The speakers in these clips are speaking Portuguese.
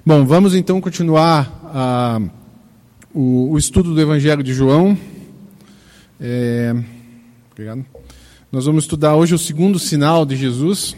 Bom, vamos então continuar o estudo do Evangelho de João. Obrigado. Nós vamos estudar hoje o segundo sinal de Jesus.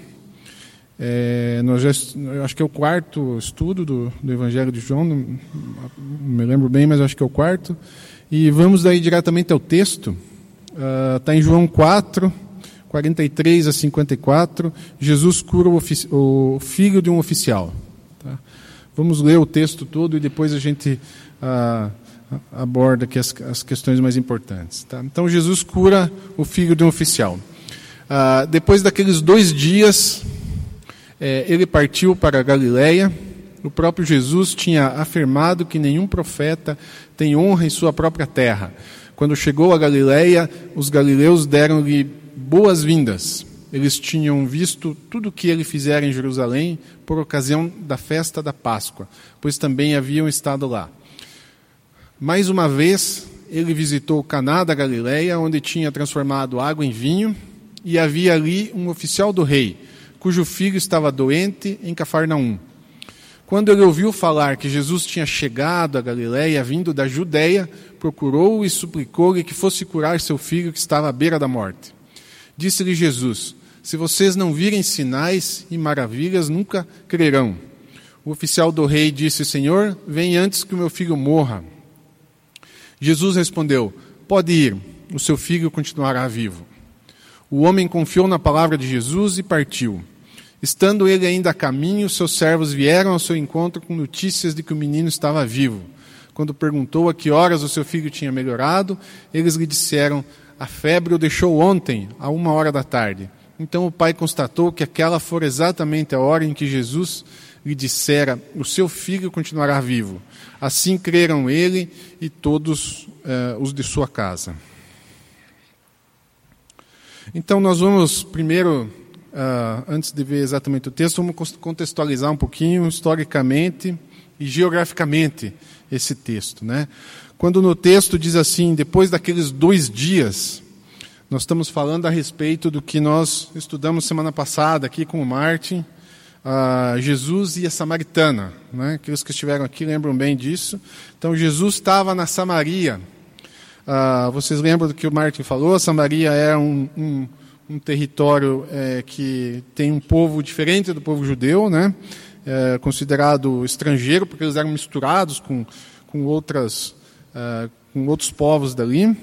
Eu acho que é o quarto estudo do Evangelho de João, não me lembro bem, mas acho que é o quarto. E vamos daí diretamente ao texto. Está em João 4, 43 a 54. Jesus cura o filho de um oficial. Tá? Vamos ler o texto todo e depois a gente aborda aqui as questões mais importantes. Tá? Então, Jesus cura o filho de um oficial. Depois daqueles 2 dias, ele partiu para a Galileia. O próprio Jesus tinha afirmado que nenhum profeta tem honra em sua própria terra. Quando chegou a Galileia, os galileus deram-lhe boas-vindas. Eles tinham visto tudo o que ele fizera em Jerusalém por ocasião da festa da Páscoa, pois também haviam estado lá. Mais uma vez, ele visitou Caná da Galileia, onde tinha transformado água em vinho, e havia ali um oficial do rei, cujo filho estava doente em Cafarnaum. Quando ele ouviu falar que Jesus tinha chegado a Galileia, vindo da Judeia, procurou-o e suplicou-lhe que fosse curar seu filho que estava à beira da morte. Disse-lhe Jesus: se vocês não virem sinais e maravilhas, nunca crerão. O oficial do rei disse: Senhor, vem antes que o meu filho morra. Jesus respondeu: pode ir, o seu filho continuará vivo. O homem confiou na palavra de Jesus e partiu. Estando ele ainda a caminho, seus servos vieram ao seu encontro com notícias de que o menino estava vivo. Quando perguntou a que horas o seu filho tinha melhorado, eles lhe disseram: a febre o deixou ontem, a 13h. Então o pai constatou que aquela fora exatamente a hora em que Jesus lhe dissera: o seu filho continuará vivo. Assim creram ele e todos os de sua casa. Então nós vamos primeiro, antes de ver exatamente o texto, vamos contextualizar um pouquinho historicamente e geograficamente esse texto, né? Quando no texto diz assim, depois daqueles 2 dias, nós estamos falando a respeito do que nós estudamos semana passada aqui com o Martin, Jesus e a Samaritana, né? Aqueles que estiveram aqui lembram bem disso. Então Jesus estava na Samaria. Vocês lembram do que o Martin falou? A Samaria é um território que tem um povo diferente do povo judeu, né? Considerado estrangeiro, porque eles eram misturados com outros povos dali.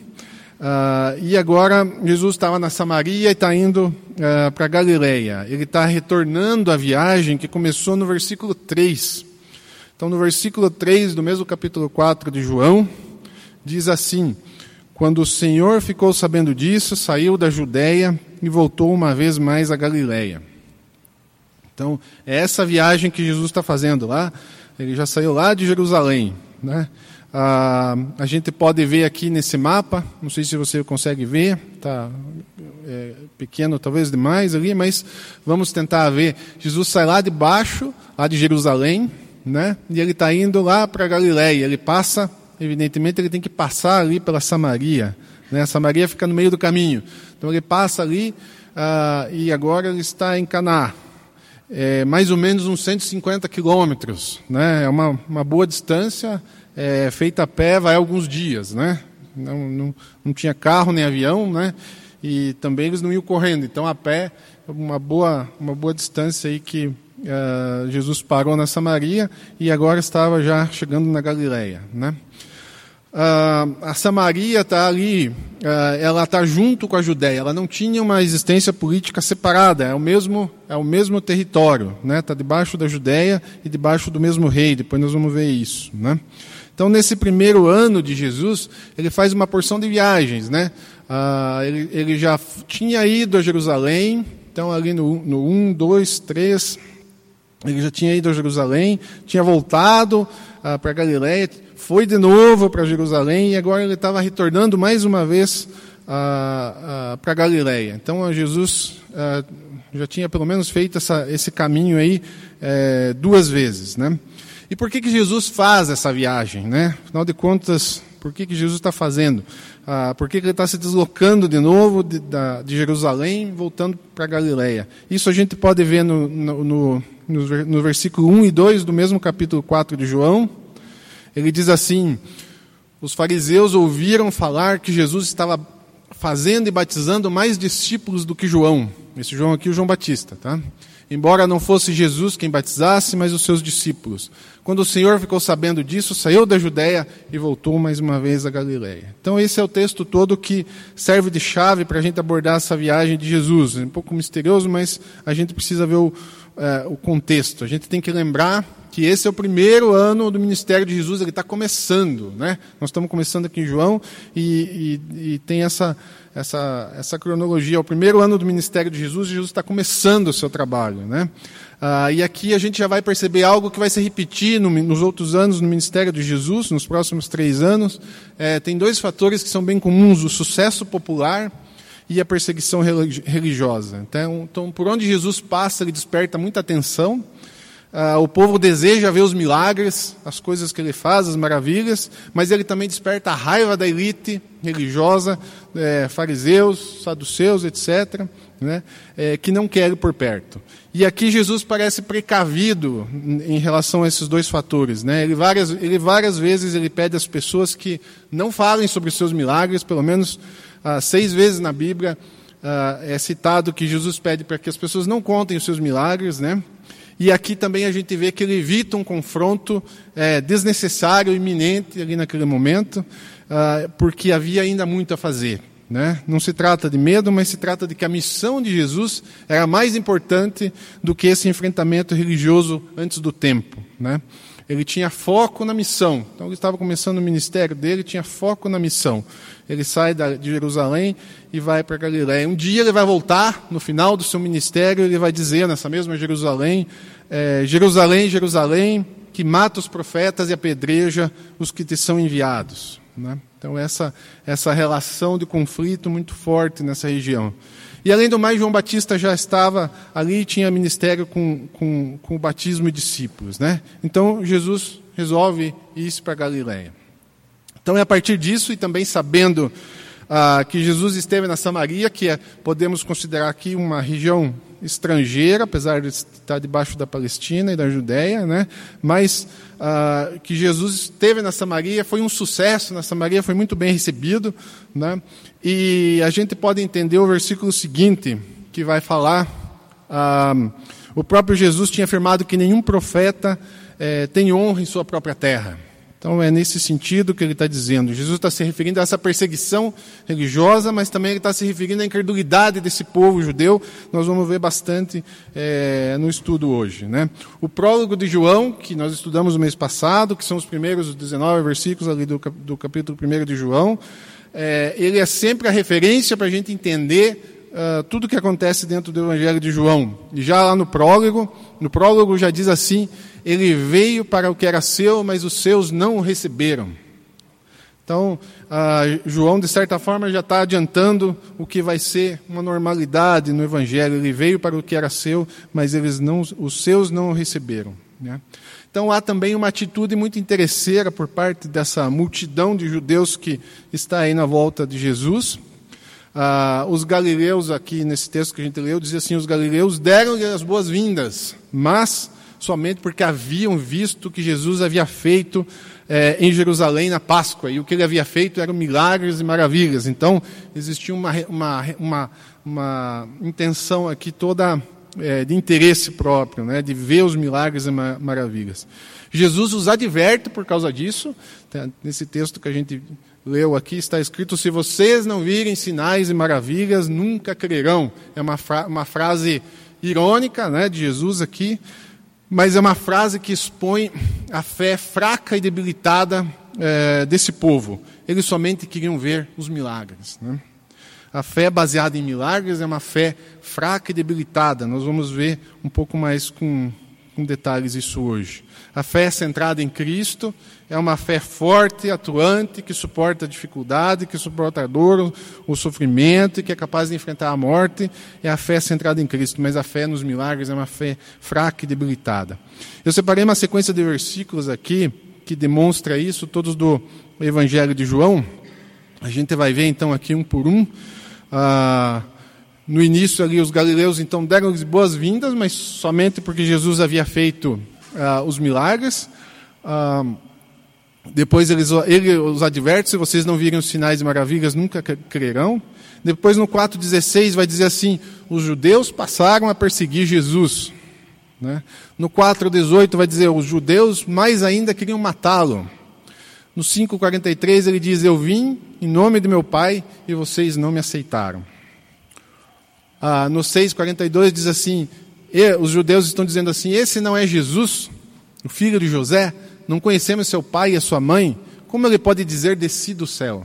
E agora Jesus estava na Samaria e está indo para a Galileia. Ele está retornando à viagem que começou no versículo 3. Então, no versículo 3 do mesmo capítulo 4 de João, diz assim: quando o Senhor ficou sabendo disso, saiu da Judeia e voltou uma vez mais à Galileia. Então, é essa viagem que Jesus está fazendo lá. Ele já saiu lá de Jerusalém, né? A gente pode ver aqui nesse mapa, não sei se você consegue ver, está pequeno talvez demais ali, mas vamos tentar ver. Jesus sai lá de baixo, lá de Jerusalém, né? E ele está indo lá para a Galileia. Ele passa, evidentemente ele tem que passar ali pela Samaria, né? A Samaria fica no meio do caminho. Então ele passa ali e agora ele está em Caná. Mais ou menos uns 150 quilômetros, né? É uma boa distância, feita a pé, vai alguns dias, né? Não tinha carro nem avião, né? E também eles não iam correndo, então a pé, uma boa distância aí que Jesus parou na Samaria e agora estava já chegando na Galileia, né? A Samaria está ali, ela está junto com a Judeia, ela não tinha uma existência política separada, é o mesmo território, né? Está debaixo da Judeia e debaixo do mesmo rei, depois nós vamos ver isso, né? Então, nesse primeiro ano de Jesus, ele faz uma porção de viagens, né? Ele já tinha ido a Jerusalém, então ali no 1, 2, 3, ele já tinha ido a Jerusalém, tinha voltado para Galileia, foi de novo para Jerusalém e agora ele estava retornando mais uma vez para Galileia. Então, Jesus já tinha pelo menos feito esse caminho aí 2 vezes, né? E por que Jesus faz essa viagem, né? Afinal de contas, Por que Jesus está fazendo? Por que ele está se deslocando de novo de Jerusalém, voltando para Galileia? Isso a gente pode ver no versículo 1 e 2 do mesmo capítulo 4 de João. Ele diz assim: os fariseus ouviram falar que Jesus estava fazendo e batizando mais discípulos do que João. Esse João aqui é o João Batista, tá? Embora não fosse Jesus quem batizasse, mas os seus discípulos. Quando o Senhor ficou sabendo disso, saiu da Judéia e voltou mais uma vez a Galileia. Então esse é o texto todo que serve de chave para a gente abordar essa viagem de Jesus. É um pouco misterioso, mas a gente precisa ver o contexto. A gente tem que lembrar que esse é o primeiro ano do ministério de Jesus, ele está começando, né? Nós estamos começando aqui em João e tem essa cronologia. É o primeiro ano do ministério de Jesus está começando o seu trabalho, né? E aqui a gente já vai perceber algo que vai se repetir nos outros anos no ministério de Jesus, nos próximos 3 anos. Tem 2 fatores que são bem comuns: o sucesso popular e a perseguição religiosa. Então, por onde Jesus passa, ele desperta muita atenção. O povo deseja ver os milagres, as coisas que ele faz, as maravilhas, mas ele também desperta a raiva da elite religiosa, fariseus, saduceus, etc., né, que não querem por perto. E aqui Jesus parece precavido em relação a esses 2 fatores, né? Ele várias vezes ele pede às pessoas que não falem sobre os seus milagres. Pelo menos 6 vezes na Bíblia é citado que Jesus pede para que as pessoas não contem os seus milagres, né? E aqui também a gente vê que ele evita um confronto desnecessário, iminente ali naquele momento, porque havia ainda muito a fazer, né? Não se trata de medo, mas se trata de que a missão de Jesus era mais importante do que esse enfrentamento religioso antes do tempo, né? Ele tinha foco na missão. Então ele estava começando o ministério dele, tinha foco na missão. Ele sai de Jerusalém e vai para Galiléia. Um dia ele vai voltar, no final do seu ministério, ele vai dizer nessa mesma Jerusalém: Jerusalém, Jerusalém, que mata os profetas e apedreja os que te são enviados, né? Então essa relação de conflito muito forte nessa região. E além do mais, João Batista já estava ali, tinha ministério com o batismo de discípulos, né? Então Jesus resolve ir para Galiléia. Então é a partir disso, e também sabendo que Jesus esteve na Samaria, que podemos considerar aqui uma região estrangeira, apesar de estar debaixo da Palestina e da Judéia, né? Mas que Jesus esteve na Samaria, foi um sucesso na Samaria, foi muito bem recebido, né? E a gente pode entender o versículo seguinte, que vai falar: o próprio Jesus tinha afirmado que nenhum profeta tem honra em sua própria terra. Então é nesse sentido que ele está dizendo. Jesus está se referindo a essa perseguição religiosa, mas também ele está se referindo à incredulidade desse povo judeu. Nós vamos ver bastante no estudo hoje, né? O prólogo de João, que nós estudamos no mês passado, que são os primeiros 19 versículos ali do capítulo 1 de João, ele é sempre a referência para a gente entender tudo o que acontece dentro do Evangelho de João. E já lá no prólogo já diz assim: ele veio para o que era seu, mas os seus não o receberam. Então, João, de certa forma, já está adiantando o que vai ser uma normalidade no Evangelho. Ele veio para o que era seu, mas os seus não o receberam, né? Então, há também uma atitude muito interesseira por parte dessa multidão de judeus que está aí na volta de Jesus. Os galileus, aqui nesse texto que a gente leu, dizia assim: os galileus deram-lhe as boas-vindas, mas somente porque haviam visto o que Jesus havia feito em Jerusalém na Páscoa. E o que ele havia feito eram milagres e maravilhas. Então, existia uma intenção aqui toda de interesse próprio, né, de ver os milagres e maravilhas. Jesus os adverte por causa disso. Nesse texto que a gente leu aqui está escrito: se vocês não virem sinais e maravilhas, nunca crerão. É uma frase irônica, né, de Jesus aqui, mas é uma frase que expõe a fé fraca e debilitada desse povo. Eles somente queriam ver os milagres, né? A fé baseada em milagres é uma fé fraca e debilitada. Nós vamos ver um pouco mais com detalhes isso hoje. A fé centrada em Cristo é uma fé forte, atuante, que suporta a dificuldade, que suporta a dor, o sofrimento, e que é capaz de enfrentar a morte. É a fé centrada em Cristo, mas a fé nos milagres é uma fé fraca e debilitada. Eu separei uma sequência de versículos aqui que demonstra isso, todos do Evangelho de João. A gente vai ver então aqui um por um. No início ali os galileus então deram-lhes boas-vindas, mas somente porque Jesus havia feito os milagres. Depois ele os adverte: se vocês não virem os sinais e maravilhas, nunca crerão. Depois no 4,16 vai dizer assim: os judeus passaram a perseguir Jesus. Né? No 4,18 vai dizer: os judeus mais ainda queriam matá-lo. No 5,43 ele diz: eu vim em nome de meu Pai e vocês não me aceitaram. No 6,42 diz assim: os judeus estão dizendo assim: esse não é Jesus, o filho de José? Não conhecemos seu pai e a sua mãe? Como ele pode dizer: desci do céu?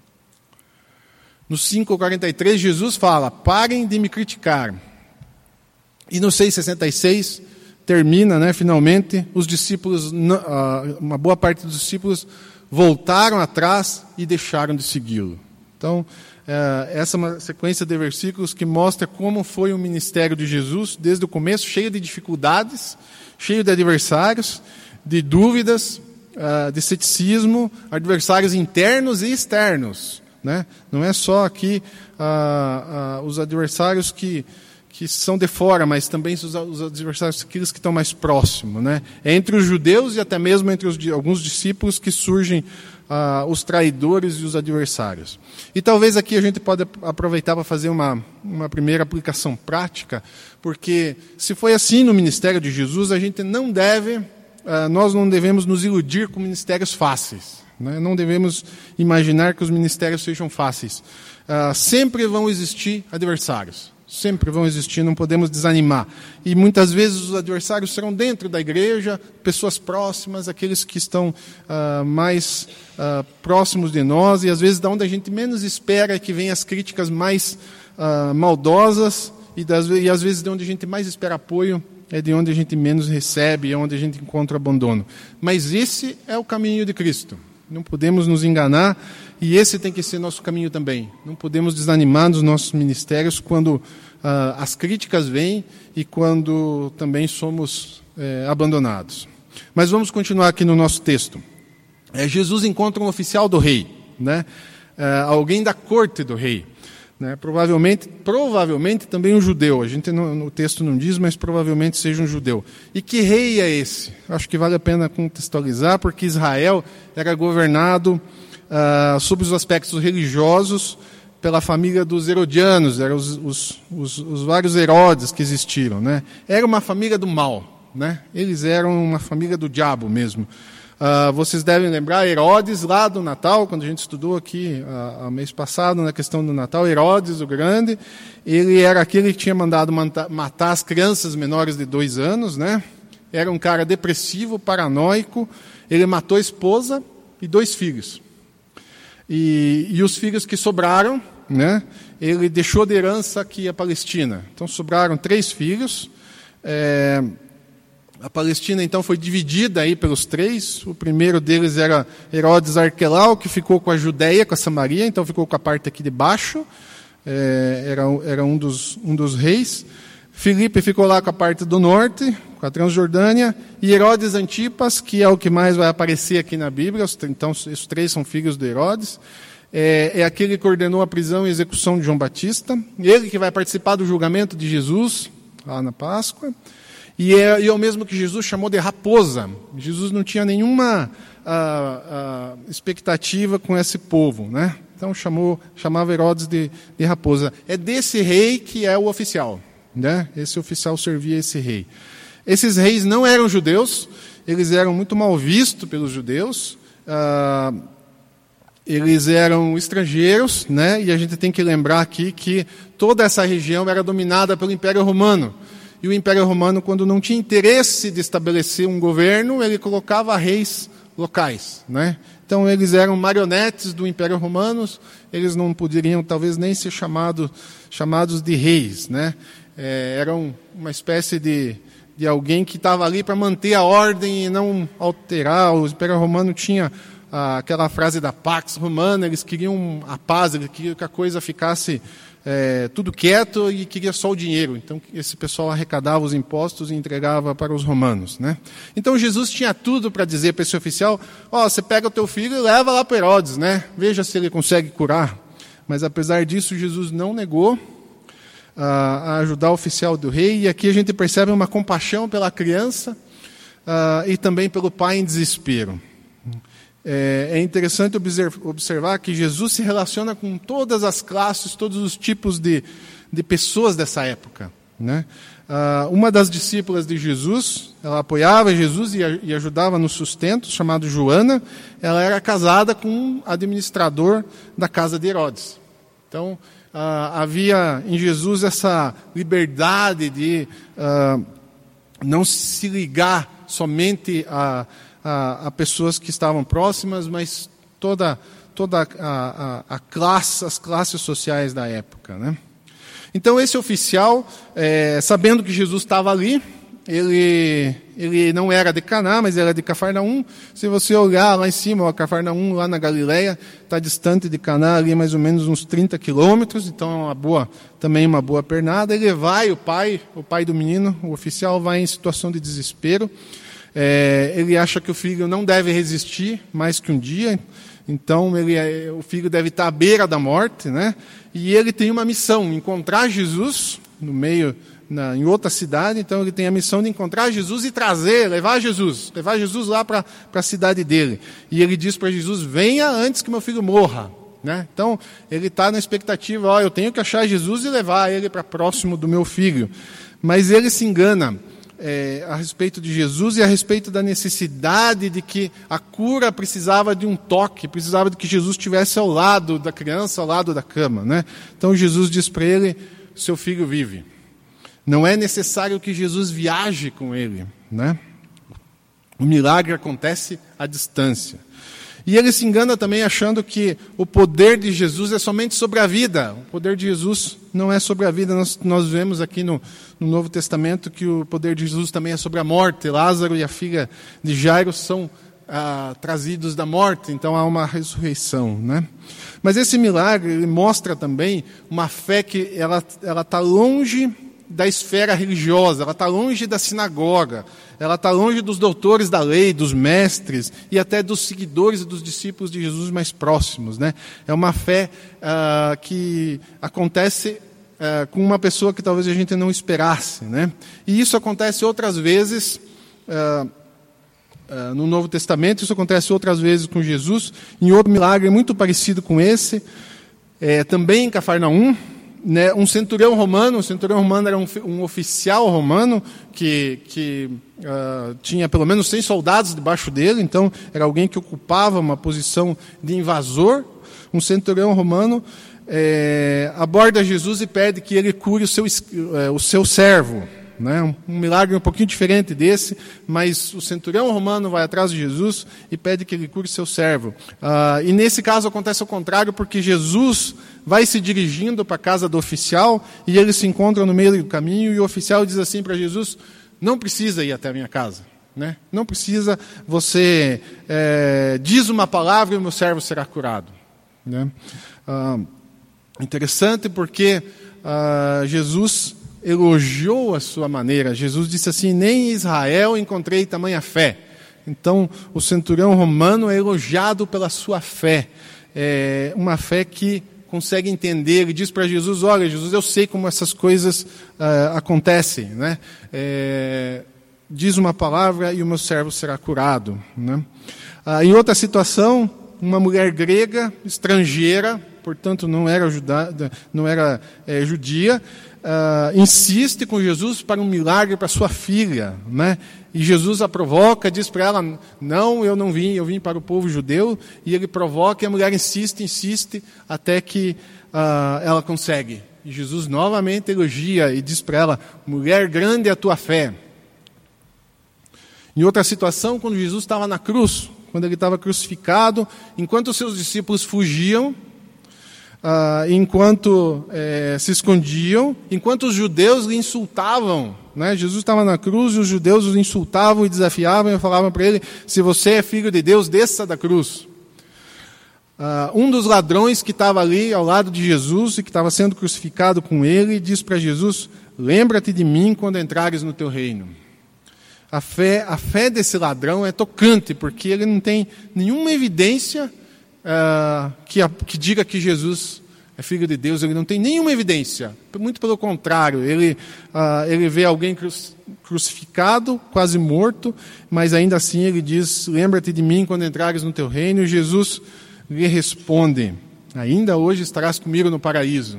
No 5,43 Jesus fala: parem de me criticar. E no 6,66 termina, finalmente, os discípulos, uma boa parte dos discípulos voltaram atrás e deixaram de segui-lo. Então, essa é uma sequência de versículos que mostra como foi o ministério de Jesus desde o começo, cheio de dificuldades, cheio de adversários, de dúvidas, de ceticismo, adversários internos e externos. Né? Não é só aqui os adversários que são de fora, mas também os adversários, aqueles que estão mais próximos. Né? É entre os judeus e até mesmo entre alguns discípulos que surgem os traidores e os adversários. E talvez aqui a gente pode aproveitar para fazer uma primeira aplicação prática, porque se foi assim no ministério de Jesus, a gente nós não devemos nos iludir com ministérios fáceis. Né? Não devemos imaginar que os ministérios sejam fáceis. Sempre vão existir adversários. Sempre vão existir, não podemos desanimar. E muitas vezes os adversários serão dentro da igreja, pessoas próximas, aqueles que estão mais próximos de nós, e às vezes da onde a gente menos espera que venham as críticas mais maldosas, e às vezes de onde a gente mais espera apoio, é de onde a gente menos recebe, é onde a gente encontra abandono. Mas esse é o caminho de Cristo. Não podemos nos enganar, e esse tem que ser nosso caminho também. Não podemos desanimar nos nossos ministérios quando as críticas vêm e quando também somos abandonados. Mas vamos continuar aqui no nosso texto. Jesus encontra um oficial do rei, né? Alguém da corte do rei. Né? Provavelmente também um judeu. A gente no texto não diz, mas provavelmente seja um judeu. E que rei é esse? Acho que vale a pena contextualizar, porque Israel era governado sob os aspectos religiosos pela família dos Herodianos, eram os vários Herodes que existiram. Né? Era uma família do mal. Né? Eles eram uma família do diabo mesmo. Vocês devem lembrar Herodes lá do Natal, quando a gente estudou aqui mês passado na questão do Natal. Herodes o Grande, ele era aquele que tinha mandado matar as crianças menores de 2 anos, né? Era um cara depressivo, paranoico. Ele matou a esposa e 2 filhos. E os filhos que sobraram, né? Ele deixou de herança aqui a Palestina. Então sobraram 3 filhos. A Palestina, então, foi dividida aí pelos 3. O primeiro deles era Herodes Arquelau, que ficou com a Judéia, com a Samaria, então ficou com a parte aqui de baixo. Era um dos reis. Filipe ficou lá com a parte do norte, com a Transjordânia. E Herodes Antipas, que é o que mais vai aparecer aqui na Bíblia. Então, os 3 são filhos de Herodes. É aquele que ordenou a prisão e execução de João Batista. Ele que vai participar do julgamento de Jesus, lá na Páscoa. E é o mesmo que Jesus chamou de raposa. Jesus não tinha nenhuma expectativa com esse povo, né? Então chamava Herodes de raposa. É desse rei que é o oficial, né? Esse oficial servia esse rei. Esses reis não eram judeus, eles eram muito mal vistos pelos judeus. Eles eram estrangeiros, né? E a gente tem que lembrar aqui que toda essa região era dominada pelo Império Romano. E o Império Romano, quando não tinha interesse de estabelecer um governo, ele colocava reis locais. Né? Então, eles eram marionetes do Império Romano, eles não poderiam, talvez, nem ser chamados de reis. Né? Eram uma espécie de alguém que estava ali para manter a ordem e não alterar. O Império Romano tinha aquela frase da Pax Romana, eles queriam a paz, eles queriam que a coisa ficasse tudo quieto e queria só o dinheiro. Então, esse pessoal arrecadava os impostos e entregava para os romanos, né? Então, Jesus tinha tudo para dizer para esse oficial: você pega o teu filho e leva lá para Herodes, né? Veja se ele consegue curar. Mas, apesar disso, Jesus não negou a ajudar o oficial do rei. E aqui a gente percebe uma compaixão pela criança e também pelo pai em desespero. É interessante observar que Jesus se relaciona com todas as classes, todos os tipos de pessoas dessa época, né? Uma das discípulas de Jesus, ela apoiava Jesus e ajudava no sustento, chamado Joana. Ela era casada com um administrador da casa de Herodes. Então, havia em Jesus essa liberdade de não se ligar somente a pessoas que estavam próximas, mas toda a classe, as classes sociais da época, né? Então, esse oficial, sabendo que Jesus estava ali, ele não era de Caná, mas era de Cafarnaum. Se você olhar lá em cima, Cafarnaum, lá na Galileia, está distante de Caná, ali mais ou menos uns 30 quilômetros, então também uma boa pernada. Ele vai, o pai do menino, o oficial, vai em situação de desespero. Ele acha que o filho não deve resistir mais que um dia, então o filho deve estar à beira da morte, né? E ele tem uma missão: encontrar Jesus no meio, em outra cidade. Então ele tem a missão de encontrar Jesus e levar Jesus lá para a cidade dele. E ele diz para Jesus: venha antes que meu filho morra, né? Então ele está na expectativa: eu tenho que achar Jesus e levar ele para próximo do meu filho. Mas ele se engana a respeito de Jesus e a respeito da necessidade de que a cura precisava de um toque, precisava de que Jesus estivesse ao lado da criança, ao lado da cama, né? Então Jesus diz para ele: seu filho vive. Não é necessário que Jesus viaje com ele, né? O milagre acontece à distância. E ele se engana também achando que o poder de Jesus é somente sobre a vida. O poder de Jesus não é sobre a vida. Nós vemos aqui no Novo Testamento que o poder de Jesus também é sobre a morte. Lázaro e a filha de Jairo são trazidos da morte, então há uma ressurreição, né? Mas esse milagre ele mostra também uma fé que ela está longe da esfera religiosa, ela está longe da sinagoga, ela está longe dos doutores da lei, dos mestres e até dos seguidores e dos discípulos de Jesus mais próximos, né? É uma fé que acontece com uma pessoa que talvez a gente não esperasse, né? E isso acontece outras vezes no Novo Testamento, isso acontece outras vezes com Jesus, em outro milagre muito parecido com esse, também em Cafarnaum, né? Um centurião romano era um oficial romano que tinha pelo menos 100 soldados debaixo dele, então era alguém que ocupava uma posição de invasor. Um centurião romano aborda Jesus e pede que ele cure o seu servo, né? Um milagre um pouquinho diferente desse, mas o centurião romano vai atrás de Jesus e pede que ele cure seu servo. E nesse caso acontece o contrário, porque Jesus vai se dirigindo para a casa do oficial e eles se encontram no meio do caminho e o oficial diz assim para Jesus: não precisa ir até a minha casa, né? Não precisa, você diz uma palavra e o meu servo será curado, né? Interessante porque Jesus elogiou a sua maneira. Jesus disse assim: nem em Israel encontrei tamanha fé. Então, o centurião romano é elogiado pela sua fé. Uma fé que consegue entender. Ele diz para Jesus: olha, Jesus, eu sei como essas coisas acontecem, né? Diz uma palavra e o meu servo será curado, né? Em outra situação, uma mulher grega, estrangeira, portanto não era judia, insiste com Jesus para um milagre para sua filha, né? E Jesus a provoca, diz para ela: não, eu não vim, eu vim para o povo judeu. E ele provoca e a mulher insiste até que ela consegue. E Jesus novamente elogia e diz para ela: mulher, grande é a tua fé. Em outra situação, quando Jesus estava na cruz, quando ele estava crucificado, enquanto os seus discípulos fugiam, enquanto se escondiam, enquanto os judeus lhe insultavam, né? Jesus estava na cruz e os judeus os insultavam e desafiavam e falavam para ele: se você é filho de Deus, desça da cruz. um dos ladrões que estava ali ao lado de Jesus e que estava sendo crucificado com ele, diz para Jesus: lembra-te de mim quando entrares no teu reino. A fé desse ladrão é tocante, porque ele não tem nenhuma evidência que diga que Jesus é filho de Deus. Ele não tem nenhuma evidência, muito pelo contrário, ele vê alguém crucificado, quase morto, mas ainda assim ele diz: lembra-te de mim quando entrares no teu reino. E Jesus lhe responde: ainda hoje estarás comigo no paraíso.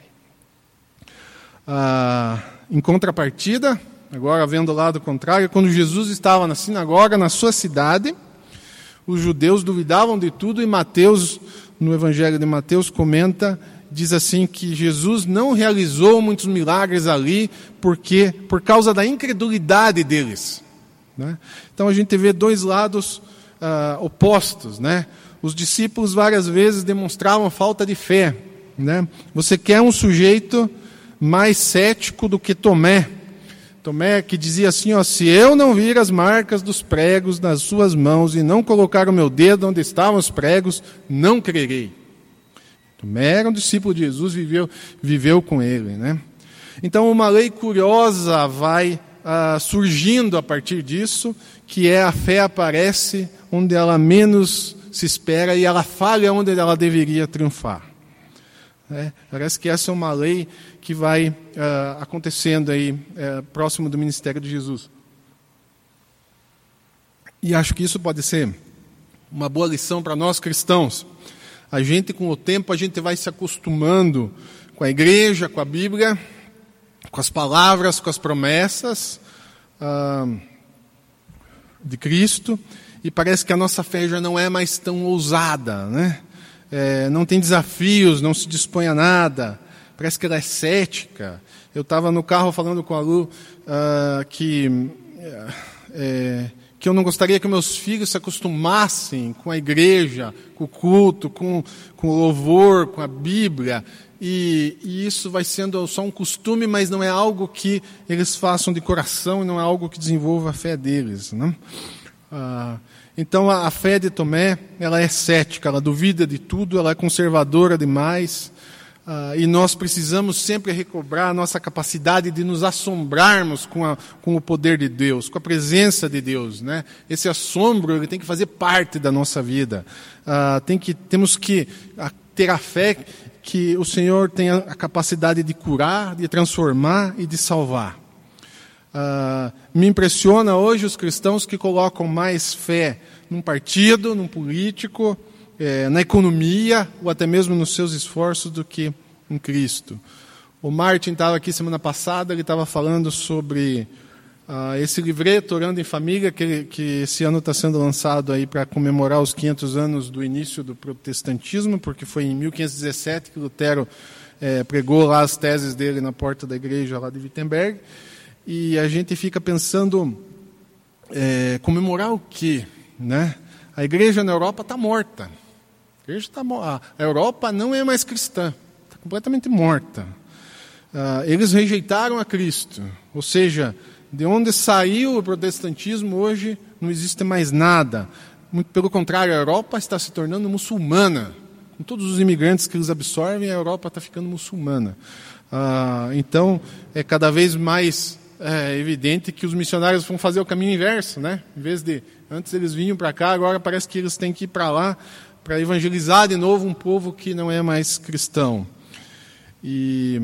Em contrapartida, agora vendo o lado contrário, quando Jesus estava na sinagoga, na sua cidade, os judeus duvidavam de tudo, e Mateus, no Evangelho de Mateus, diz assim que Jesus não realizou muitos milagres ali por causa da incredulidade deles, né? Então a gente vê dois lados opostos, né? Os discípulos várias vezes demonstravam falta de fé, né? Você quer um sujeito mais cético do que Tomé, que dizia assim: se eu não vir as marcas dos pregos nas suas mãos e não colocar o meu dedo onde estavam os pregos, não crerei. Tomé era um discípulo de Jesus, viveu com ele, né? Então uma lei curiosa vai surgindo a partir disso, que é: a fé aparece onde ela menos se espera e ela falha onde ela deveria triunfar. Parece que essa é uma lei que vai acontecendo aí próximo do ministério de Jesus. E acho que isso pode ser uma boa lição para nós cristãos. A gente, com o tempo, a gente vai se acostumando com a igreja, com a Bíblia, com as palavras, com as promessas de Cristo, e parece que a nossa fé já não é mais tão ousada, né? Não tem desafios, não se dispõe a nada, parece que ela é cética. Eu estava no carro falando com a Lu que eu não gostaria que meus filhos se acostumassem com a igreja, com o culto, com o louvor, com a Bíblia, e isso vai sendo só um costume, mas não é algo que eles façam de coração e não é algo que desenvolva a fé deles, né? Então a fé de Tomé, ela é cética, ela duvida de tudo, ela é conservadora demais, e nós precisamos sempre recobrar a nossa capacidade de nos assombrarmos com o poder de Deus, com a presença de Deus, né? Esse assombro, ele tem que fazer parte da nossa vida. Temos que ter a fé que o Senhor tem a capacidade de curar, de transformar e de salvar. Me impressiona hoje os cristãos que colocam mais fé num partido, num político, na economia ou até mesmo nos seus esforços do que em Cristo. O Martin estava aqui semana passada, ele estava falando sobre esse livreto Orando em Família, que esse ano está sendo lançado aí para comemorar os 500 anos do início do protestantismo, porque foi em 1517 que Lutero pregou lá as teses dele na porta da igreja lá de Wittenberg. E a gente fica pensando, comemorar o quê, né? A igreja na Europa está morta. A Europa não é mais cristã, está completamente morta. Eles rejeitaram a Cristo, ou seja, de onde saiu o protestantismo hoje não existe mais nada. Muito pelo contrário, a Europa está se tornando muçulmana. Com todos os imigrantes que eles absorvem, a Europa está ficando muçulmana. Então, é cada vez mais evidente que os missionários vão fazer o caminho inverso, né? Em vez de antes eles vinham para cá, agora parece que eles têm que ir para lá para evangelizar de novo um povo que não é mais cristão. E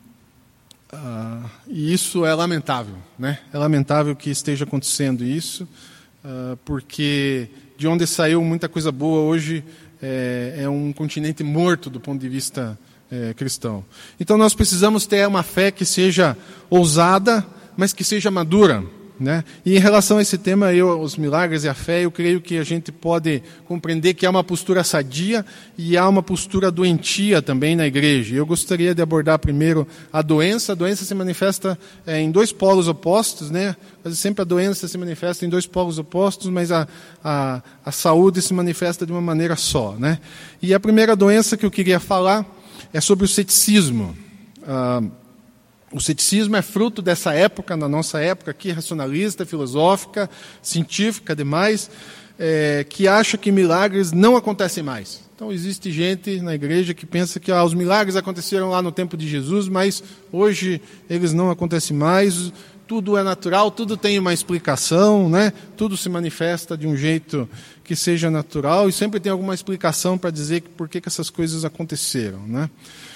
isso é lamentável, né? É lamentável que esteja acontecendo isso, porque de onde saiu muita coisa boa hoje é um continente morto do ponto de vista cristão. Então nós precisamos ter uma fé que seja ousada, mas que seja madura, né? E em relação a esse tema, os milagres e a fé, eu creio que a gente pode compreender que há uma postura sadia e há uma postura doentia também na igreja. Eu gostaria de abordar primeiro a doença. A doença se manifesta em dois polos opostos, né? Quase sempre a doença se manifesta em dois polos opostos, mas a saúde se manifesta de uma maneira só, né? E a primeira doença que eu queria falar é sobre o ceticismo. O ceticismo é fruto dessa época, na nossa época aqui, racionalista, filosófica, científica demais, que acha que milagres não acontecem mais. Então, existe gente na igreja que pensa que os milagres aconteceram lá no tempo de Jesus, mas hoje eles não acontecem mais, tudo é natural, tudo tem uma explicação, né? Tudo se manifesta de um jeito que seja natural e sempre tem alguma explicação para dizer por que essas coisas aconteceram, né?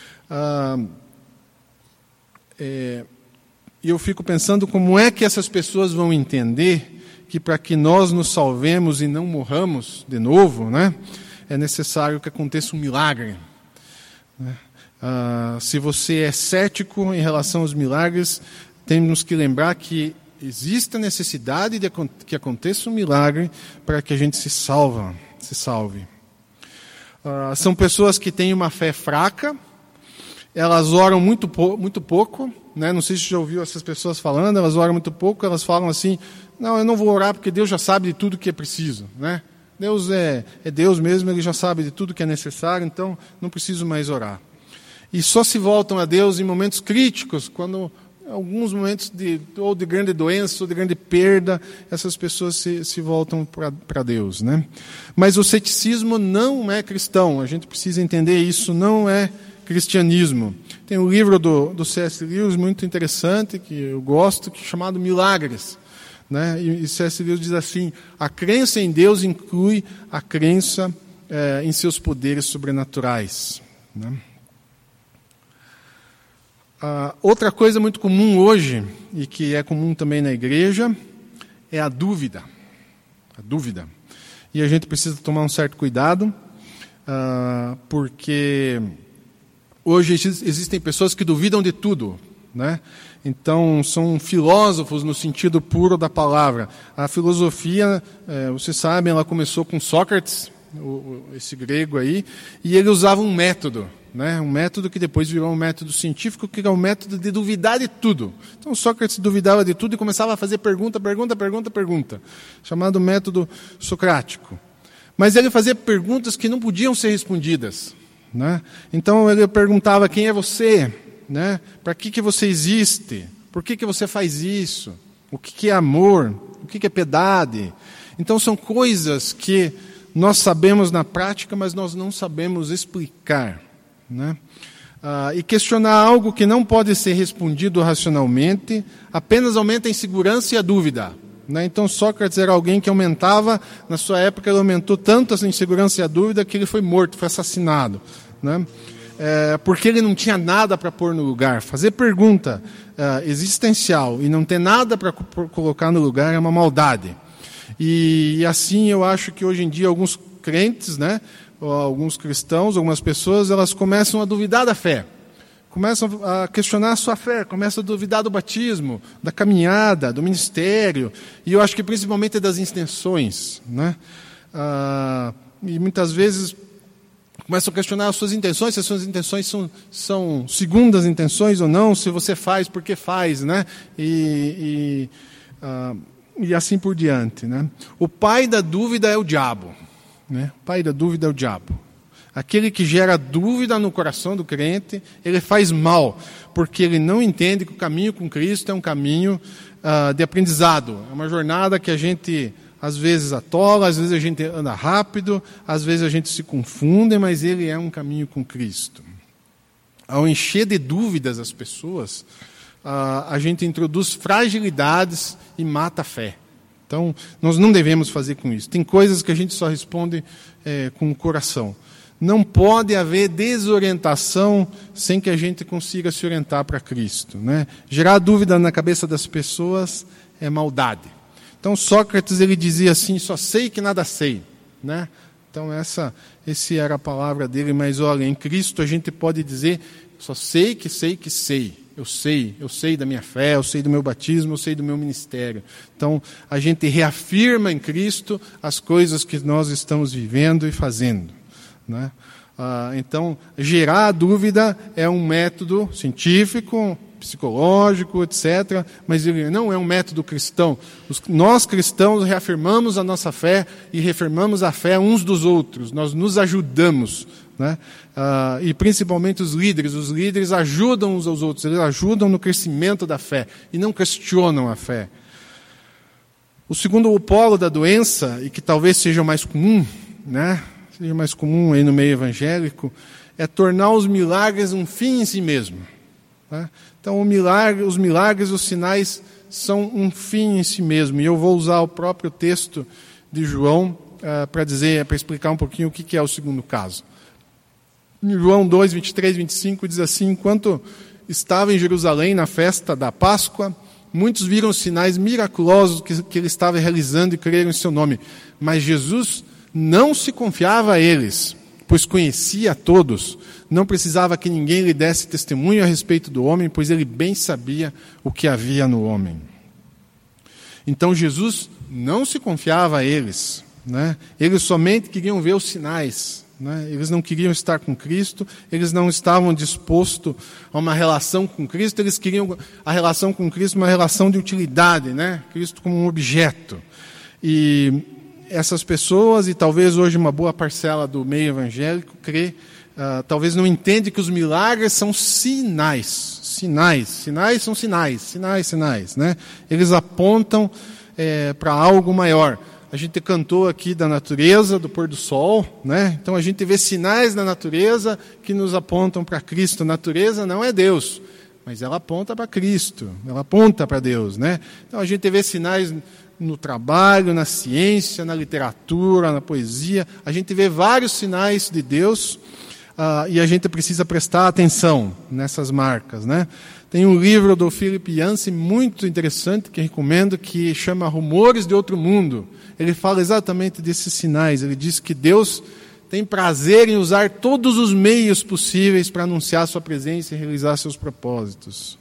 E eu fico pensando como é que essas pessoas vão entender que para que nós nos salvemos e não morramos de novo, né? É necessário que aconteça um milagre. Se você é cético em relação aos milagres, temos que lembrar que existe a necessidade de que aconteça um milagre para que a gente se salve. São pessoas que têm uma fé fraca, elas oram muito pouco, né? Não sei se você já ouviu essas pessoas falando, elas oram muito pouco, elas falam assim, não, eu não vou orar porque Deus já sabe de tudo que é preciso, né? Deus é Deus mesmo, Ele já sabe de tudo que é necessário, então não preciso mais orar. E só se voltam a Deus em momentos críticos, quando alguns momentos ou de grande doença, ou de grande perda, essas pessoas se voltam para Deus, né? Mas o ceticismo não é cristão, a gente precisa entender isso, não é cristianismo. Tem um livro do C.S. Lewis muito interessante, que eu gosto, chamado Milagres. Né? E C.S. Lewis diz assim, a crença em Deus inclui a crença em seus poderes sobrenaturais. Né? Outra coisa muito comum hoje, e que é comum também na igreja, é a dúvida. A dúvida. E a gente precisa tomar um certo cuidado, porque hoje existem pessoas que duvidam de tudo, né? Então, são filósofos no sentido puro da palavra. A filosofia, vocês sabem, ela começou com Sócrates, esse grego aí, e ele usava um método, né? Um método que depois virou um método científico, que é o método de duvidar de tudo. Então, Sócrates duvidava de tudo e começava a fazer pergunta, chamado método socrático. Mas ele fazia perguntas que não podiam ser respondidas, né? Então, ele perguntava, quem é você? Né? Para que você existe? Por que você faz isso? O que é amor? O que é piedade? Então são coisas que nós sabemos na prática, mas nós não sabemos explicar, né? E questionar algo que não pode ser respondido racionalmente apenas aumenta a insegurança e a dúvida, né? Então Sócrates era alguém que aumentava, na sua época ele aumentou tanto a insegurança e a dúvida que ele foi morto, foi assassinado, né? Porque ele não tinha nada para pôr no lugar. Fazer pergunta existencial e não ter nada para colocar no lugar é uma maldade. E assim eu acho que hoje em dia alguns crentes, né, ou alguns cristãos, algumas pessoas, elas começam a duvidar da fé. Começam a questionar a sua fé, começam a duvidar do batismo, da caminhada, do ministério. E eu acho que principalmente das intenções, né? E muitas vezes começam a questionar as suas intenções, se as suas intenções são segundas intenções ou não, se você faz, por que faz, né? E assim por diante, né? O pai da dúvida é o diabo, né? O pai da dúvida é o diabo. Aquele que gera dúvida no coração do crente, ele faz mal, porque ele não entende que o caminho com Cristo é um caminho de aprendizado, é uma jornada que a gente às vezes atola, às vezes a gente anda rápido, às vezes a gente se confunde, mas ele é um caminho com Cristo. Ao encher de dúvidas as pessoas, a gente introduz fragilidades e mata a fé. Então, nós não devemos fazer com isso. Tem coisas que a gente só responde com o coração. Não pode haver desorientação sem que a gente consiga se orientar para Cristo, né? Gerar dúvida na cabeça das pessoas é maldade. Então Sócrates ele dizia assim, só sei que nada sei, né? Então essa era a palavra dele, mas olha, em Cristo a gente pode dizer, só sei que sei que sei. Eu sei da minha fé, eu sei do meu batismo, eu sei do meu ministério. Então a gente reafirma em Cristo as coisas que nós estamos vivendo e fazendo, né? Então gerar a dúvida é um método científico, psicológico, etc., mas ele não é um método cristão. Nós cristãos reafirmamos a nossa fé e reafirmamos a fé uns dos outros, nós nos ajudamos, né? E principalmente os líderes ajudam uns aos outros, eles ajudam no crescimento da fé e não questionam a fé. O segundo polo da doença, e que talvez seja o mais comum, né? Seja mais comum aí no meio evangélico, é tornar os milagres um fim em si mesmo. Tá? Então, os milagres, os sinais são um fim em si mesmo. E eu vou usar o próprio texto de João para explicar um pouquinho o que é o segundo caso. Em João 2, 23, 25, diz assim: enquanto estava em Jerusalém na festa da Páscoa, muitos viram os sinais miraculosos que ele estava realizando e creram em seu nome. Mas Jesus não se confiava a eles, pois conhecia a todos. Não precisava que ninguém lhe desse testemunho a respeito do homem, pois ele bem sabia o que havia no homem. Então Jesus não se confiava a eles, né? Eles somente queriam ver os sinais, né? Eles não queriam estar com Cristo, eles não estavam dispostos a uma relação com Cristo, eles queriam a relação com Cristo, uma relação de utilidade, né? Cristo como um objeto. E essas pessoas, e talvez hoje uma boa parcela do meio evangélico, talvez não entende que os milagres são sinais. Sinais são sinais, né? Eles apontam para algo maior. A gente cantou aqui da natureza, do pôr do sol, né? Então a gente vê sinais na natureza que nos apontam para Cristo. A natureza não é Deus, mas ela aponta para Cristo, ela aponta para Deus, né? Então a gente vê sinais no trabalho, na ciência, na literatura, na poesia. A gente vê vários sinais de Deus e a gente precisa prestar atenção nessas marcas, né? Tem um livro do Philip Yancey muito interessante que recomendo, que chama Rumores de Outro Mundo. Ele fala exatamente desses sinais. Ele diz que Deus tem prazer em usar todos os meios possíveis para anunciar sua presença e realizar seus propósitos.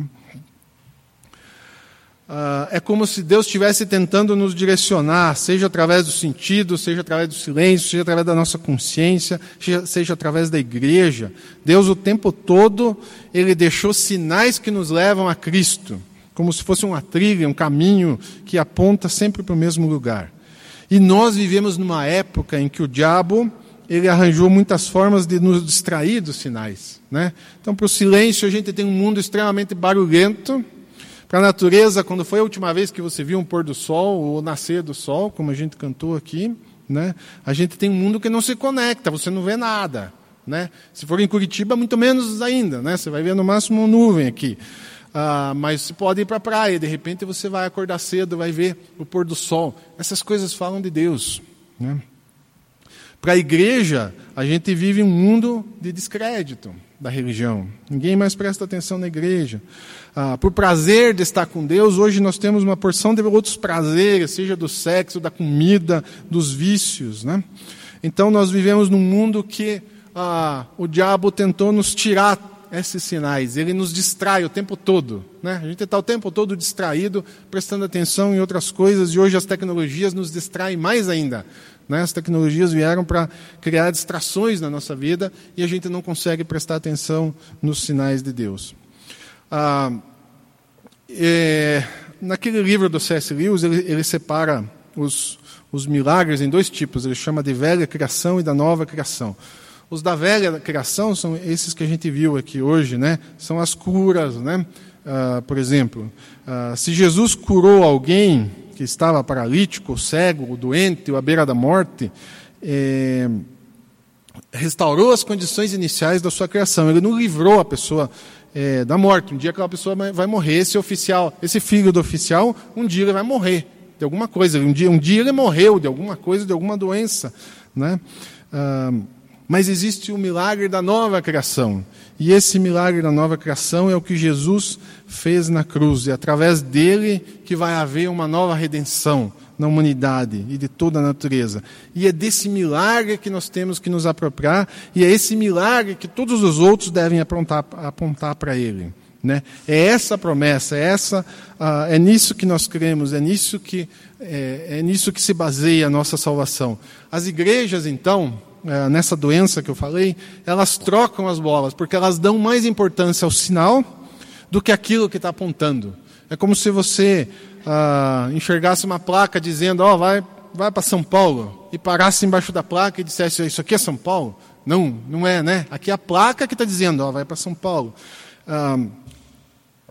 É como se Deus estivesse tentando nos direcionar, seja através do sentido, seja através do silêncio, seja através da nossa consciência, seja através da igreja. Deus o tempo todo, Ele deixou sinais que nos levam a Cristo, como se fosse uma trilha, um caminho que aponta sempre para o mesmo lugar. E nós vivemos numa época em que o diabo, ele arranjou muitas formas de nos distrair dos sinais, né? Então, para o silêncio, a gente tem um mundo extremamente barulhento. Para a natureza, quando foi a última vez que você viu um pôr do sol ou nascer do sol, como a gente cantou aqui, né? A gente tem um mundo que não se conecta, você não vê nada, né? Se for em Curitiba, muito menos ainda, né? Você vai ver no máximo nuvem aqui. Mas você pode ir para a praia, de repente você vai acordar cedo, vai ver o pôr do sol. Essas coisas falam de Deus, né? Para a igreja, a gente vive um mundo de descrédito da religião. Ninguém mais presta atenção na igreja. Por prazer de estar com Deus, hoje nós temos uma porção de outros prazeres, seja do sexo, da comida, dos vícios, né? Então nós vivemos num mundo que o diabo tentou nos tirar esses sinais. Ele nos distrai o tempo todo, né? A gente está o tempo todo distraído, prestando atenção em outras coisas, e hoje as tecnologias nos distraem mais ainda, né? As tecnologias vieram para criar distrações na nossa vida e a gente não consegue prestar atenção nos sinais de Deus. Naquele livro do C.S. Lewis, ele separa os milagres em dois tipos. Ele chama de velha criação e da nova criação. Os da velha criação são esses que a gente viu aqui hoje, né? São as curas, né? Por exemplo, se Jesus curou alguém que estava paralítico, cego, doente, ou à beira da morte, restaurou as condições iniciais da sua criação. Ele não livrou a pessoa da morte. Um dia aquela pessoa vai morrer. Esse filho do oficial, um dia ele vai morrer de alguma coisa. Um dia ele morreu de alguma coisa, de alguma doença, né? Mas existe o milagre da nova criação. E esse milagre da nova criação é o que Jesus fez na cruz. É através dele que vai haver uma nova redenção na humanidade e de toda a natureza. E é desse milagre que nós temos que nos apropriar, e é esse milagre que todos os outros devem apontar para ele, né? É essa a promessa, é nisso que nós cremos, é nisso que se baseia a nossa salvação. As igrejas, então, nessa doença que eu falei, elas trocam as bolas, porque elas dão mais importância ao sinal do que aquilo que está apontando. É como se você enxergasse uma placa dizendo, vai para São Paulo, e parasse embaixo da placa e dissesse, isso aqui é São Paulo? Não é, né? Aqui é a placa que está dizendo, vai para São Paulo.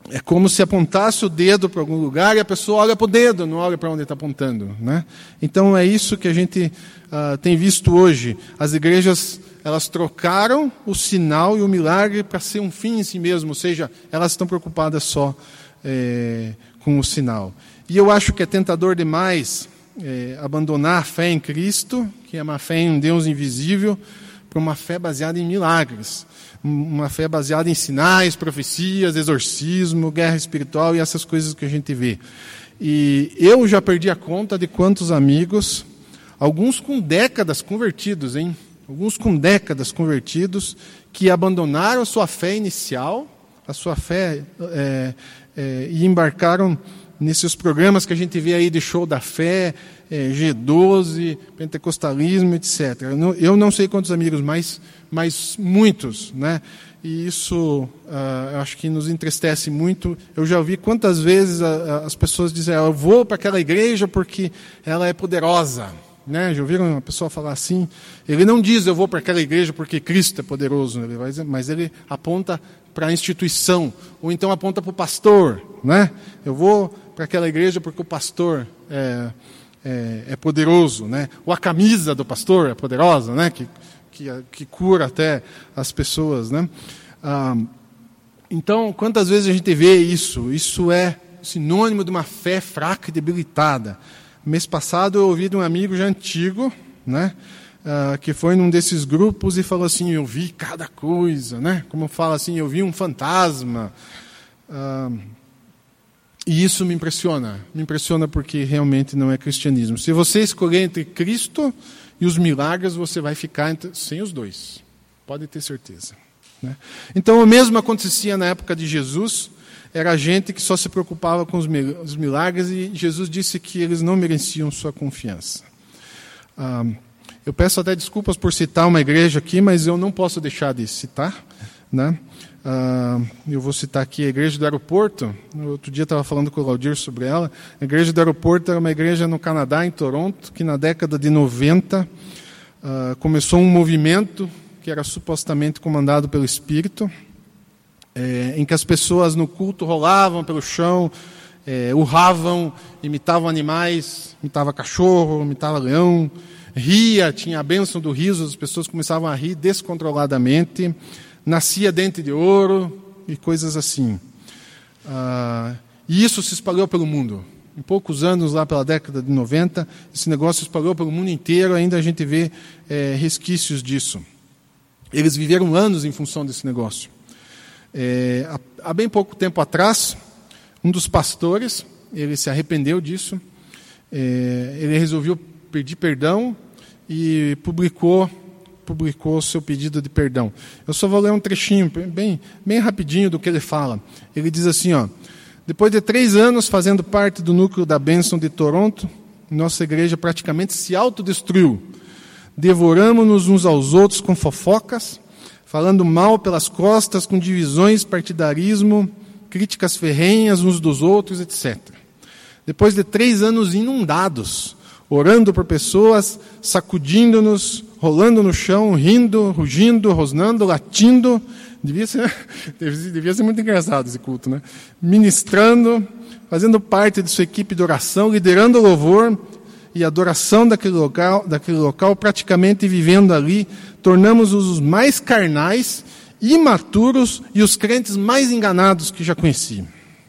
É como se apontasse o dedo para algum lugar e a pessoa olha para o dedo, não olha para onde está apontando, né? Então é isso que a gente tem visto hoje. As igrejas, elas trocaram o sinal e o milagre para ser um fim em si mesmo, ou seja, elas estão preocupadas só com o sinal. E eu acho que é tentador demais abandonar a fé em Cristo, que é uma fé em um Deus invisível, para uma fé baseada em milagres. Uma fé baseada em sinais, profecias, exorcismo, guerra espiritual e essas coisas que a gente vê. E eu já perdi a conta de quantos amigos, alguns com décadas convertidos, alguns com décadas convertidos, que abandonaram a sua fé inicial, a sua fé, e embarcaram nesses programas que a gente vê aí de show da fé, G12, pentecostalismo, etc. Eu não sei quantos amigos, mas muitos, né? E isso eu acho que nos entristece muito. Eu já ouvi quantas vezes as pessoas dizem, eu vou para aquela igreja porque ela é poderosa, né? Já ouviram uma pessoa falar assim? Ele não diz, eu vou para aquela igreja porque Cristo é poderoso, mas ele aponta para a instituição, ou então aponta para o pastor, né? Eu vou para aquela igreja porque o pastor é poderoso, né? Ou a camisa do pastor é poderosa, né? Que cura até as pessoas, né? Então, quantas vezes a gente vê isso? Isso é sinônimo de uma fé fraca e debilitada. Mês passado eu ouvi de um amigo já antigo, né? Que foi num desses grupos e falou assim, eu vi cada coisa, né? Como fala assim, eu vi um fantasma. E isso me impressiona porque realmente não é cristianismo. Se você escolher entre Cristo e os milagres, você vai ficar sem os dois, pode ter certeza, né? Então o mesmo acontecia na época de Jesus, era gente que só se preocupava com os milagres e Jesus disse que eles não mereciam sua confiança. Eu peço até desculpas por citar uma igreja aqui, mas eu não posso deixar de citar, né? Eu vou citar aqui a igreja do aeroporto. Outro dia estava falando com o Laudir sobre ela. A igreja do aeroporto era uma igreja no Canadá, em Toronto, que na década de 90 começou um movimento que era supostamente comandado pelo Espírito, em que as pessoas no culto rolavam pelo chão, urravam, imitavam animais, imitava cachorro, imitava leão, ria, tinha a bênção do riso, as pessoas começavam a rir descontroladamente, nascia dente de ouro e coisas assim. E isso se espalhou pelo mundo. Em poucos anos, lá pela década de 90, esse negócio se espalhou pelo mundo inteiro, ainda a gente vê resquícios disso. Eles viveram anos em função desse negócio. Há bem pouco tempo atrás, um dos pastores, ele se arrependeu disso, ele resolveu pedir perdão e publicou o seu pedido de perdão. Eu só vou ler um trechinho, bem rapidinho do que ele fala. Ele diz assim, depois de 3 anos fazendo parte do núcleo da bênção de Toronto, nossa igreja praticamente se autodestruiu. Devoramos-nos uns aos outros com fofocas, falando mal pelas costas, com divisões, partidarismo, críticas ferrenhas uns dos outros, etc. Depois de 3 anos inundados, orando por pessoas, sacudindo-nos, rolando no chão, rindo, rugindo, rosnando, latindo. Devia ser muito engraçado esse culto, né? Ministrando, fazendo parte de sua equipe de oração, liderando o louvor e adoração daquele local, praticamente vivendo ali, tornamos-nos os mais carnais, imaturos e os crentes mais enganados que já conheci.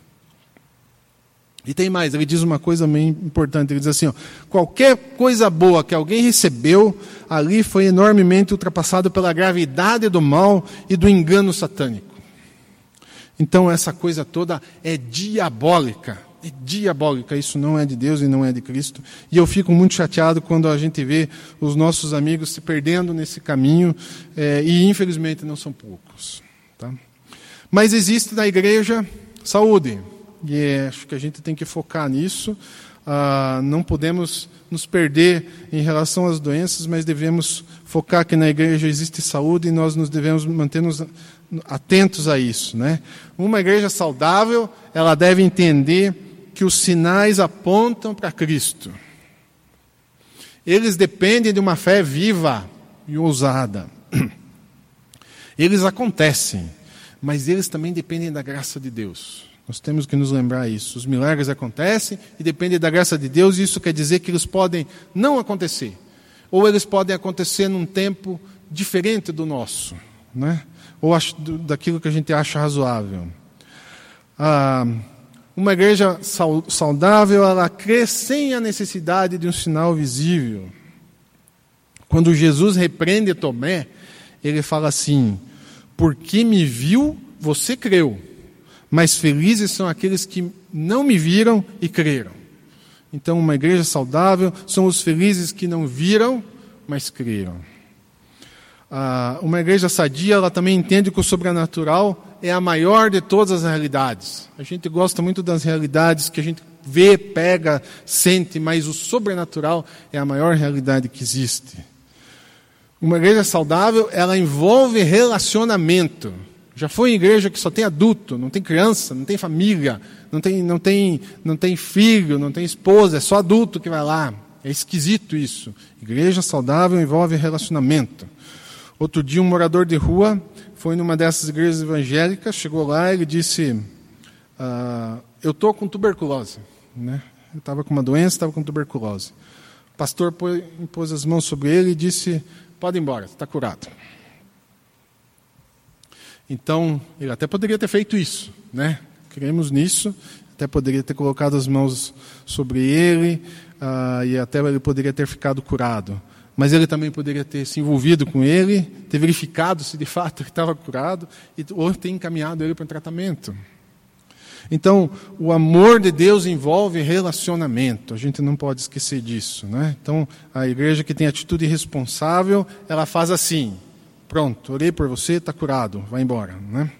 E tem mais, ele diz uma coisa bem importante, ele diz assim, qualquer coisa boa que alguém recebeu, ali foi enormemente ultrapassado pela gravidade do mal e do engano satânico. Então essa coisa toda é diabólica, isso não é de Deus e não é de Cristo. E eu fico muito chateado quando a gente vê os nossos amigos se perdendo nesse caminho, e infelizmente não são poucos. Tá? Mas existe na igreja saúde. E acho que a gente tem que focar nisso. Não podemos nos perder em relação às doenças, mas devemos focar que na igreja existe saúde e nós nos devemos manter-nos atentos a isso, né? Uma igreja saudável, ela deve entender que os sinais apontam para Cristo. Eles dependem de uma fé viva e ousada. Eles acontecem, mas eles também dependem da graça de Deus. Nós temos que nos lembrar isso. Os milagres acontecem e depende da graça de Deus. Isso quer dizer que eles podem não acontecer. Ou eles podem acontecer num tempo diferente do nosso, né? Ou daquilo que a gente acha razoável. Uma igreja saudável, ela crê sem a necessidade de um sinal visível. Quando Jesus repreende Tomé, ele fala assim: porque me viu, você creu. Mas felizes são aqueles que não me viram e creram. Então, uma igreja saudável são os felizes que não viram, mas creram. Uma igreja sadia, ela também entende que o sobrenatural é a maior de todas as realidades. A gente gosta muito das realidades que a gente vê, pega, sente, mas o sobrenatural é a maior realidade que existe. Uma igreja saudável, ela envolve relacionamento. Já foi em igreja que só tem adulto, não tem criança, não tem família, não tem filho, não tem esposa, é só adulto que vai lá. É esquisito isso. Igreja saudável envolve relacionamento. Outro dia um morador de rua foi numa dessas igrejas evangélicas, chegou lá e ele disse, eu estou com tuberculose. Né? Eu estava com uma doença, estava com tuberculose. O pastor impôs as mãos sobre ele e disse, pode ir embora, está curado. Então, ele até poderia ter feito isso, né? Cremos nisso, até poderia ter colocado as mãos sobre ele, e até ele poderia ter ficado curado. Mas ele também poderia ter se envolvido com ele, ter verificado se de fato ele estava curado, ou ter encaminhado ele para um tratamento. Então, o amor de Deus envolve relacionamento, a gente não pode esquecer disso, né? Então, a igreja que tem atitude responsável, ela faz assim: pronto, orei por você, está curado, vai embora. Né?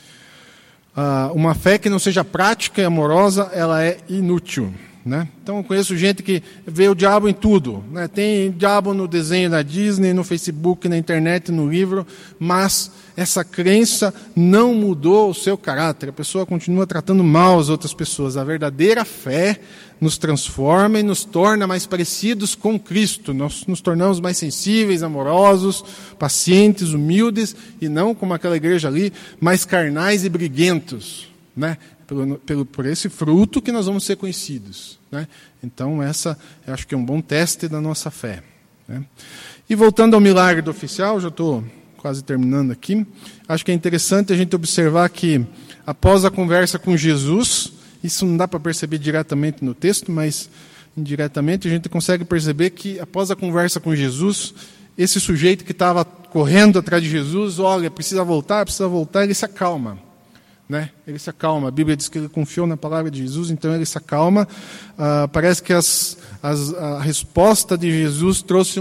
Uma fé que não seja prática e amorosa, ela é inútil. Né? Então eu conheço gente que vê o diabo em tudo. Né? Tem diabo no desenho da Disney, no Facebook, na internet, no livro, mas essa crença não mudou o seu caráter. A pessoa continua tratando mal as outras pessoas. A verdadeira fé nos transforma e nos torna mais parecidos com Cristo. Nós nos tornamos mais sensíveis, amorosos, pacientes, humildes, e não como aquela igreja ali, mais carnais e briguentos. Né? Por esse fruto que nós vamos ser conhecidos. Né? Então, eu acho que é um bom teste da nossa fé. Né? E voltando ao milagre do oficial, já estou quase terminando aqui, acho que é interessante a gente observar que, após a conversa com Jesus, isso não dá para perceber diretamente no texto, mas indiretamente a gente consegue perceber que, após a conversa com Jesus, esse sujeito que estava correndo atrás de Jesus, olha, precisa voltar, ele se acalma. Né? Ele se acalma. A Bíblia diz que ele confiou na palavra de Jesus, então ele se acalma. Parece que a resposta de Jesus trouxe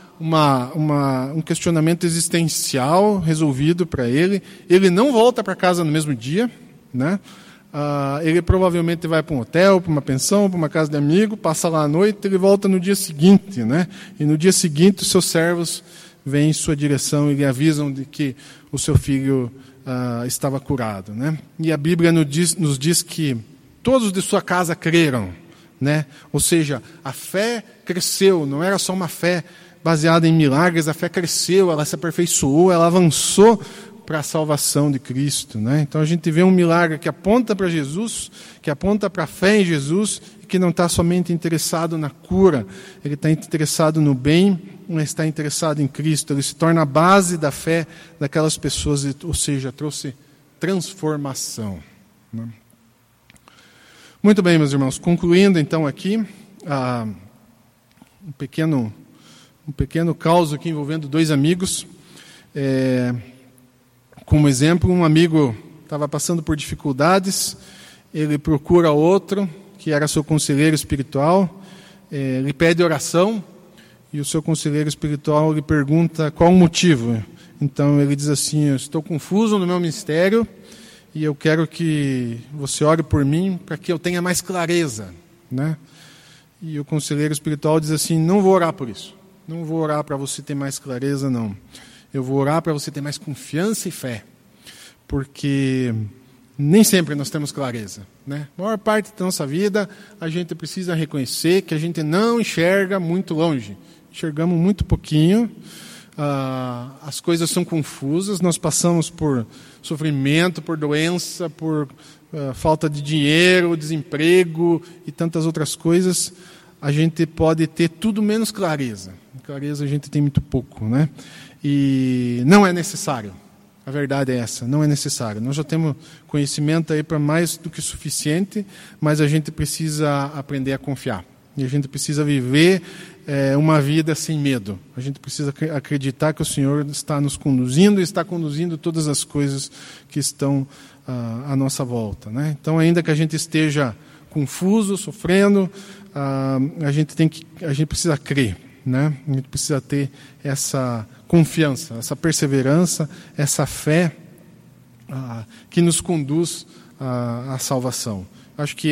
um questionamento existencial resolvido para ele. Ele não volta para casa no mesmo dia. Né? Ele provavelmente vai para um hotel, para uma pensão, para uma casa de amigo, passa lá à noite, ele volta no dia seguinte. Né? E no dia seguinte os seus servos vêm em sua direção e lhe avisam de que o seu filho estava curado. Né? E a Bíblia nos diz que todos de sua casa creram. Né? Ou seja, a fé cresceu, não era só uma fé baseada em milagres, a fé cresceu, ela se aperfeiçoou, ela avançou para a salvação de Cristo. Né? Então a gente vê um milagre que aponta para Jesus, que aponta para a fé em Jesus, e que não está somente interessado na cura, ele está interessado no bem, mas está interessado em Cristo. Ele se torna a base da fé daquelas pessoas, ou seja, trouxe transformação. Né? Muito bem, meus irmãos, concluindo então aqui, um pequeno caos aqui envolvendo dois amigos. Como exemplo, um amigo estava passando por dificuldades, ele procura outro, que era seu conselheiro espiritual, ele pede oração, e o seu conselheiro espiritual lhe pergunta qual o motivo. Então ele diz assim: eu estou confuso no meu ministério, e eu quero que você ore por mim, para que eu tenha mais clareza. Né? E o conselheiro espiritual diz assim: não vou orar por isso, não vou orar para você ter mais clareza, não. Eu vou orar para você ter mais confiança e fé, porque nem sempre nós temos clareza. Né? A maior parte da nossa vida, a gente precisa reconhecer que a gente não enxerga muito longe. Enxergamos muito pouquinho, as coisas são confusas, nós passamos por sofrimento, por doença, por falta de dinheiro, desemprego e tantas outras coisas, a gente pode ter tudo menos clareza. Clareza a gente tem muito pouco, né? E não é necessário. A verdade é essa, não é necessário. Nós já temos conhecimento aí para mais do que suficiente, mas a gente precisa aprender a confiar. E a gente precisa viver uma vida sem medo. A gente precisa acreditar que o Senhor está nos conduzindo e está conduzindo todas as coisas que estão à nossa volta, né? Então, ainda que a gente esteja confuso, sofrendo, a gente precisa crer, né? A gente precisa ter essa confiança, essa perseverança, essa fé que nos conduz à salvação. Acho que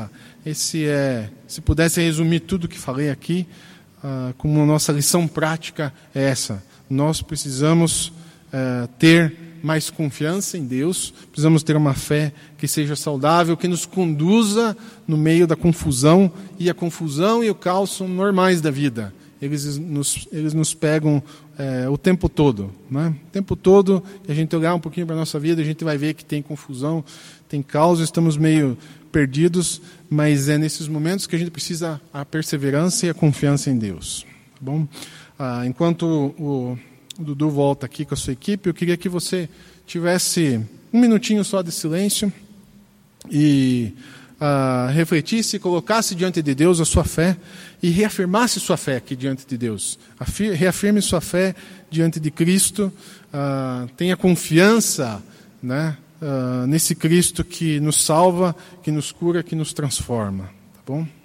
se pudesse resumir tudo o que falei aqui, como a nossa lição prática é essa. Nós precisamos ter mais confiança em Deus, precisamos ter uma fé que seja saudável, que nos conduza no meio da confusão, e a confusão e o caos são normais da vida. Eles nos pegam o tempo todo, né? O tempo todo, e a gente olhar um pouquinho para a nossa vida, a gente vai ver que tem confusão, tem caos, estamos meio perdidos, mas é nesses momentos que a gente precisa a perseverança e a confiança em Deus. Tá bom? Enquanto o Dudu volta aqui com a sua equipe, eu queria que você tivesse um minutinho só de silêncio e refletisse, colocasse diante de Deus a sua fé e reafirmasse sua fé aqui diante de Deus. Reafirme sua fé diante de Cristo, tenha confiança, né, nesse Cristo que nos salva, que nos cura, que nos transforma. Tá bom?